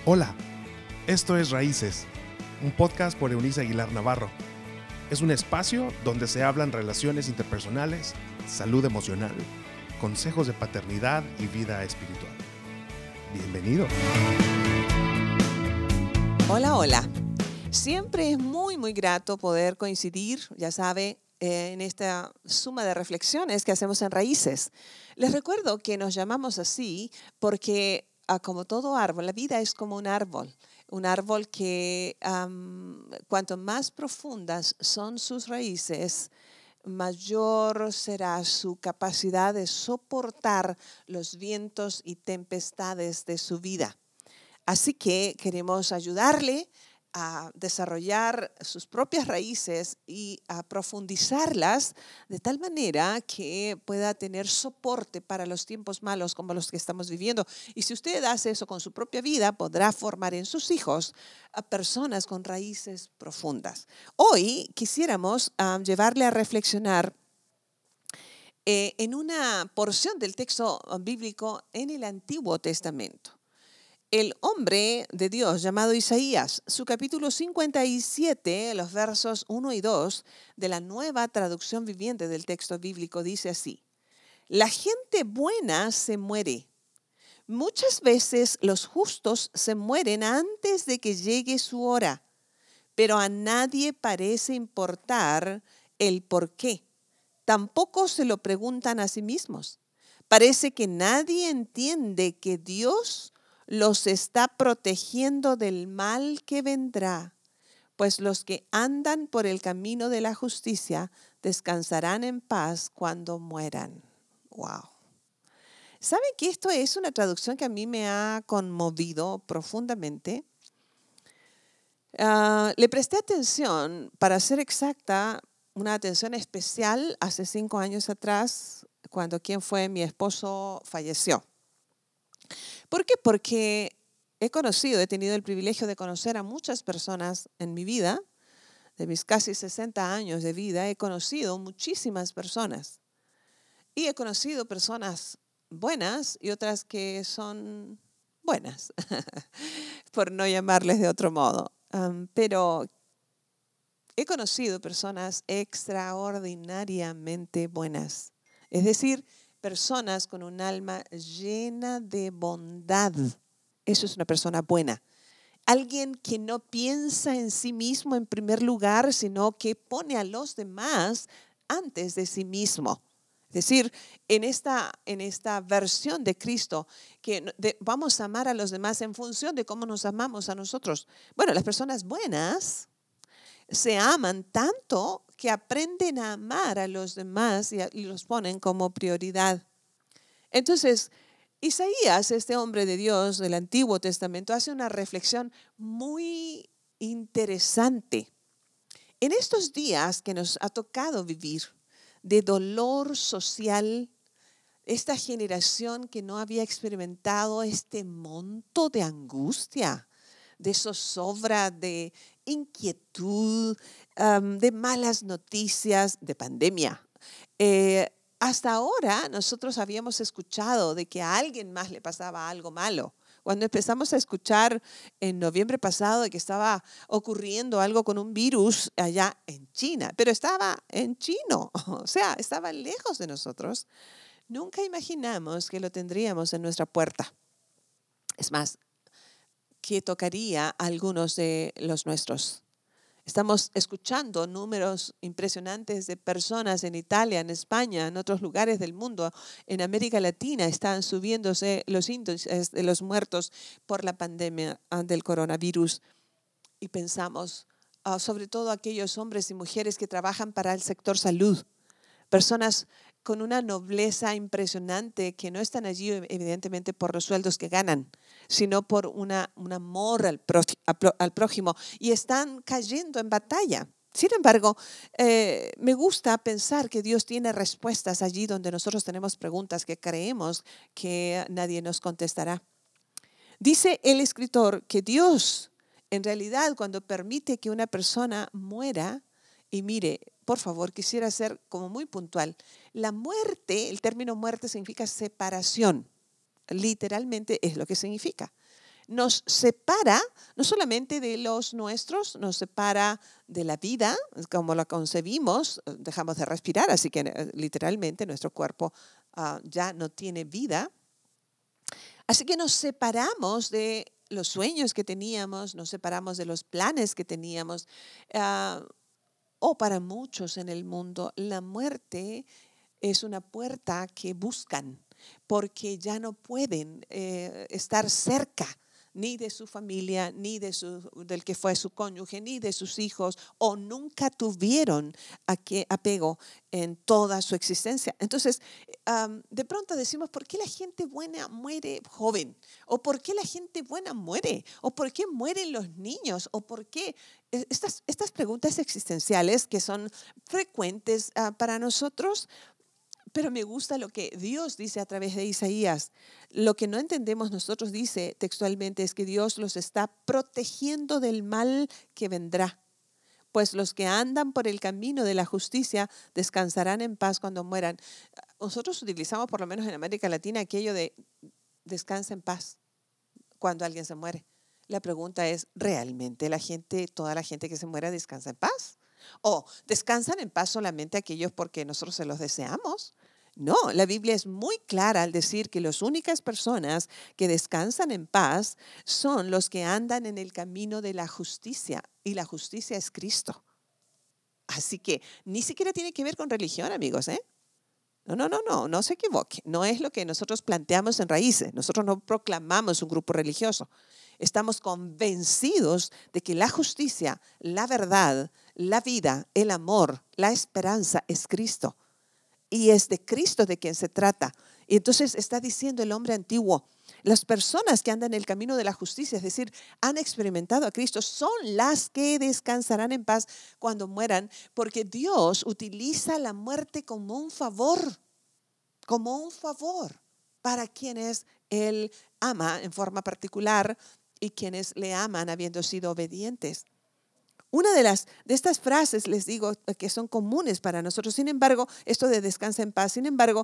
Hola, esto es Raíces, un podcast por Eunice Aguilar Navarro. Es un espacio donde se hablan relaciones interpersonales, salud emocional, consejos de paternidad y vida espiritual. Bienvenido. Hola, hola. Siempre es muy grato poder coincidir, ya sabe, en esta suma de reflexiones que hacemos en Raíces. Les recuerdo que nos llamamos así porque, como todo árbol, la vida es como un árbol que cuanto más profundas son sus raíces, mayor será su capacidad de soportar los vientos y tempestades de su vida. Así que queremos ayudarle a desarrollar sus propias raíces y a profundizarlas de tal manera que pueda tener soporte para los tiempos malos como los que estamos viviendo. Y si usted hace eso con su propia vida, podrá formar en sus hijos a personas con raíces profundas. Hoy quisiéramos llevarle a reflexionar en una porción del texto bíblico en el Antiguo Testamento. El hombre de Dios llamado Isaías, su capítulo 57, los versos 1 y 2 de la Nueva Traducción Viviente del texto bíblico dice así: La gente buena se muere. Muchas veces los justos se mueren antes de que llegue su hora, pero a nadie parece importar el por qué. Tampoco se lo preguntan a sí mismos. Parece que nadie entiende que Dios los está protegiendo del mal que vendrá, pues los que andan por el camino de la justicia descansarán en paz cuando mueran. Wow. ¿Saben que esto es una traducción que a mí me ha conmovido profundamente? Le presté atención, para ser exacta, una atención especial hace 5 años atrás, cuando quien fue mi esposo falleció. ¿Por qué? Porque he tenido el privilegio de conocer a muchas personas en mi vida. De mis casi 60 años de vida, he conocido muchísimas personas. Y he conocido personas buenas y otras que son buenas, por no llamarles de otro modo. Pero he conocido personas extraordinariamente buenas. Es decir, personas con un alma llena de bondad. Eso es una persona buena. Alguien que no piensa en sí mismo en primer lugar, sino que pone a los demás antes de sí mismo. Es decir, en esta versión de Cristo, que vamos a amar a los demás en función de cómo nos amamos a nosotros. Bueno, las personas buenas se aman tanto que aprenden a amar a los demás y los ponen como prioridad. Entonces, Isaías, este hombre de Dios del Antiguo Testamento, hace una reflexión muy interesante. En estos días que nos ha tocado vivir de dolor social, esta generación que no había experimentado este monto de angustia, de zozobra, de inquietud, de malas noticias, de pandemia. Hasta ahora nosotros habíamos escuchado de que a alguien más le pasaba algo malo. Cuando empezamos a escuchar en noviembre pasado de que estaba ocurriendo algo con un virus allá en China, pero estaba en chino, o sea, estaba lejos de nosotros, nunca imaginamos que lo tendríamos en nuestra puerta. Es más, que tocaría a algunos de los nuestros. Estamos escuchando números impresionantes de personas en Italia, en España, en otros lugares del mundo, en América Latina. Están subiéndose los índices de los muertos por la pandemia del coronavirus. Y pensamos, sobre todo aquellos hombres y mujeres que trabajan para el sector salud, personas con una nobleza impresionante que no están allí evidentemente por los sueldos que ganan, sino por un amor al prójimo y están cayendo en batalla. Sin embargo, me gusta pensar que Dios tiene respuestas allí donde nosotros tenemos preguntas que creemos que nadie nos contestará. Dice el escritor que Dios, en realidad, cuando permite que una persona muera, y mire, por favor, quisiera ser como muy puntual. La muerte, el término muerte significa separación. Literalmente es lo que significa. nos separa no solamente de los nuestros, nos separa de la vida, como la concebimos, dejamos de respirar, así que literalmente nuestro cuerpo ya no tiene vida. Así que nos separamos de los sueños que teníamos, nos separamos de los planes que teníamos. ah, o para muchos en el mundo, la muerte es una puerta que buscan porque ya no pueden estar cerca ni de su familia, ni del que fue su cónyuge, ni de sus hijos, o nunca tuvieron apego en toda su existencia. Entonces, de pronto decimos, ¿por qué la gente buena muere joven? ¿O por qué la gente buena muere? ¿O por qué mueren los niños? ¿O por qué? Estas preguntas existenciales que son frecuentes para nosotros, pero me gusta lo que Dios dice a través de Isaías. Lo que no entendemos nosotros, dice textualmente, es que Dios los está protegiendo del mal que vendrá. Pues los que andan por el camino de la justicia descansarán en paz cuando mueran. Nosotros utilizamos, por lo menos en América Latina, aquello de descansa en paz cuando alguien se muere. La pregunta es, ¿realmente toda la gente que se muera descansa en paz? ¿O descansan en paz solamente aquellos porque nosotros se los deseamos? No, la Biblia es muy clara al decir que las únicas personas que descansan en paz son los que andan en el camino de la justicia, y la justicia es Cristo. Así que ni siquiera tiene que ver con religión, amigos, ¿eh? No se equivoque. No es lo que nosotros planteamos en Raíces. Nosotros no proclamamos un grupo religioso. Estamos convencidos de que la justicia, la verdad, la vida, el amor, la esperanza es Cristo. Y es de Cristo de quien se trata. Y entonces está diciendo el hombre antiguo, las personas que andan en el camino de la justicia, es decir, han experimentado a Cristo, son las que descansarán en paz cuando mueran, porque Dios utiliza la muerte como un favor para quienes Él ama en forma particular y quienes le aman habiendo sido obedientes. Una de estas frases, les digo, que son comunes para nosotros, sin embargo, esto de descansa en paz, sin embargo,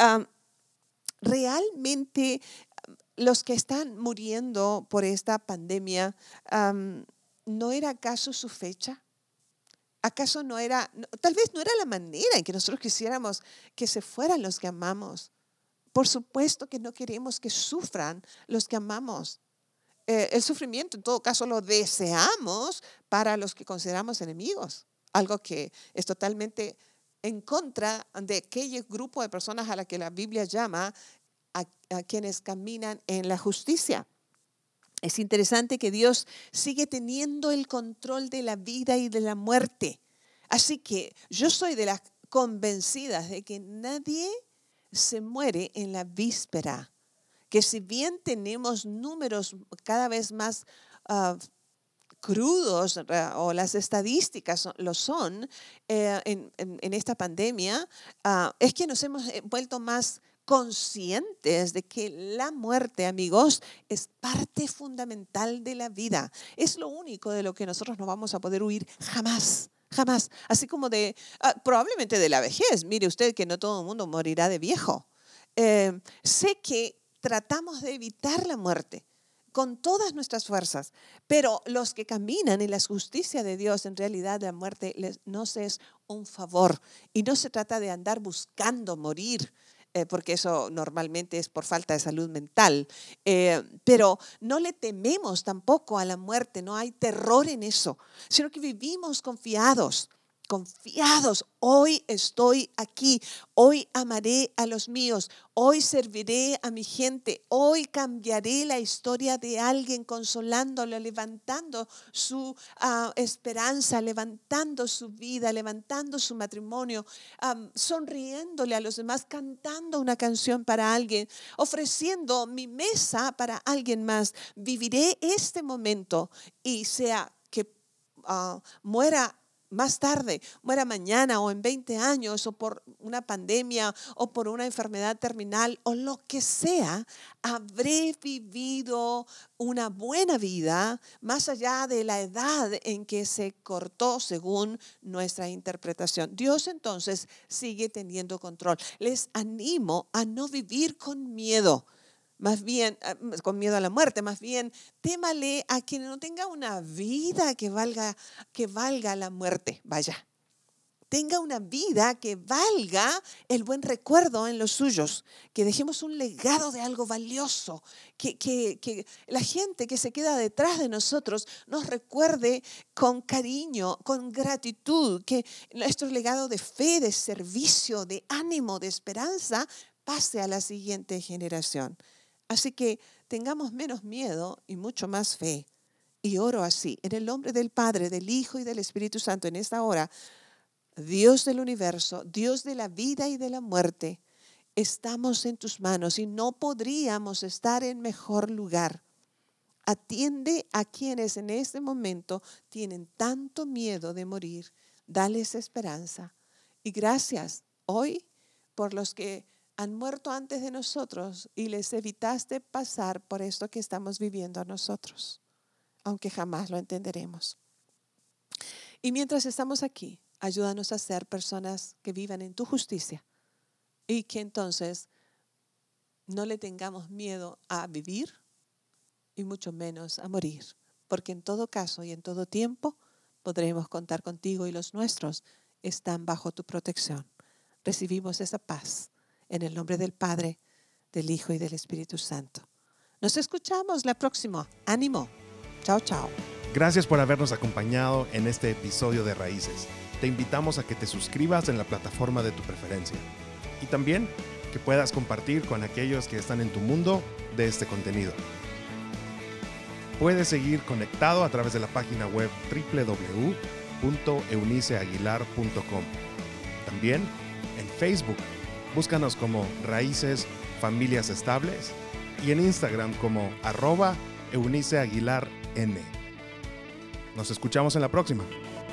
realmente los que están muriendo por esta pandemia, ¿no era acaso su fecha? ¿Acaso tal vez no era la manera en que nosotros quisiéramos que se fueran los que amamos? Por supuesto que no queremos que sufran los que amamos. El sufrimiento, en todo caso, lo deseamos para los que consideramos enemigos, algo que es totalmente en contra de aquel grupo de personas a la que la Biblia llama a quienes caminan en la justicia. Es interesante que Dios sigue teniendo el control de la vida y de la muerte. Así que yo soy de las convencidas de que nadie se muere en la víspera. Que si bien tenemos números cada vez más crudos, o las estadísticas lo son en esta pandemia, es que nos hemos vuelto más conscientes de que la muerte, amigos, es parte fundamental de la vida. Es lo único de lo que nosotros no vamos a poder huir jamás. Jamás. Así como probablemente de la vejez. Mire usted que no todo el mundo morirá de viejo. Sé que tratamos de evitar la muerte con todas nuestras fuerzas, pero los que caminan en la justicia de Dios, en realidad la muerte nos es un favor, y no se trata de andar buscando morir, porque eso normalmente es por falta de salud mental, pero no le tememos tampoco a la muerte, no hay terror en eso, sino que vivimos confiados. Hoy estoy aquí, hoy amaré a los míos, hoy serviré a mi gente, hoy cambiaré la historia de alguien, consolándolo, levantando su esperanza, levantando su vida, levantando su matrimonio, sonriéndole a los demás, cantando una canción para alguien, ofreciendo mi mesa para alguien más. Viviré este momento, y sea que muera más tarde, muera mañana o en 20 años, o por una pandemia o por una enfermedad terminal o lo que sea, habré vivido una buena vida más allá de la edad en que se cortó según nuestra interpretación. Dios entonces sigue teniendo control. Les animo a no vivir con miedo. más bien con miedo a la muerte, más bien témale a quien no tenga una vida que valga la muerte, vaya. Tenga una vida que valga el buen recuerdo en los suyos, que dejemos un legado de algo valioso, que la gente que se queda detrás de nosotros nos recuerde con cariño, con gratitud, que nuestro legado de fe, de servicio, de ánimo, de esperanza pase a la siguiente generación. Así que tengamos menos miedo y mucho más fe. Y oro así, en el nombre del Padre, del Hijo y del Espíritu Santo en esta hora. Dios del universo, Dios de la vida y de la muerte, estamos en tus manos y no podríamos estar en mejor lugar. Atiende a quienes en este momento tienen tanto miedo de morir. Dales esperanza. Y gracias hoy por los que han muerto antes de nosotros y les evitaste pasar por esto que estamos viviendo nosotros, aunque jamás lo entenderemos. Y mientras estamos aquí, ayúdanos a ser personas que vivan en tu justicia y que entonces no le tengamos miedo a vivir y mucho menos a morir, porque en todo caso y en todo tiempo podremos contar contigo y los nuestros están bajo tu protección. Recibimos esa paz en el nombre del Padre, del Hijo y del Espíritu Santo. Nos escuchamos la próxima. Ánimo. Chao, chao. Gracias por habernos acompañado en este episodio de Raíces. Te invitamos a que te suscribas en la plataforma de tu preferencia y también que puedas compartir con aquellos que están en tu mundo de este contenido. Puedes seguir conectado a través de la página web www.euniceaguilar.com. También en Facebook, búscanos como Raíces Familias Estables y en Instagram como @EuniceAguilarN. Nos escuchamos en la próxima.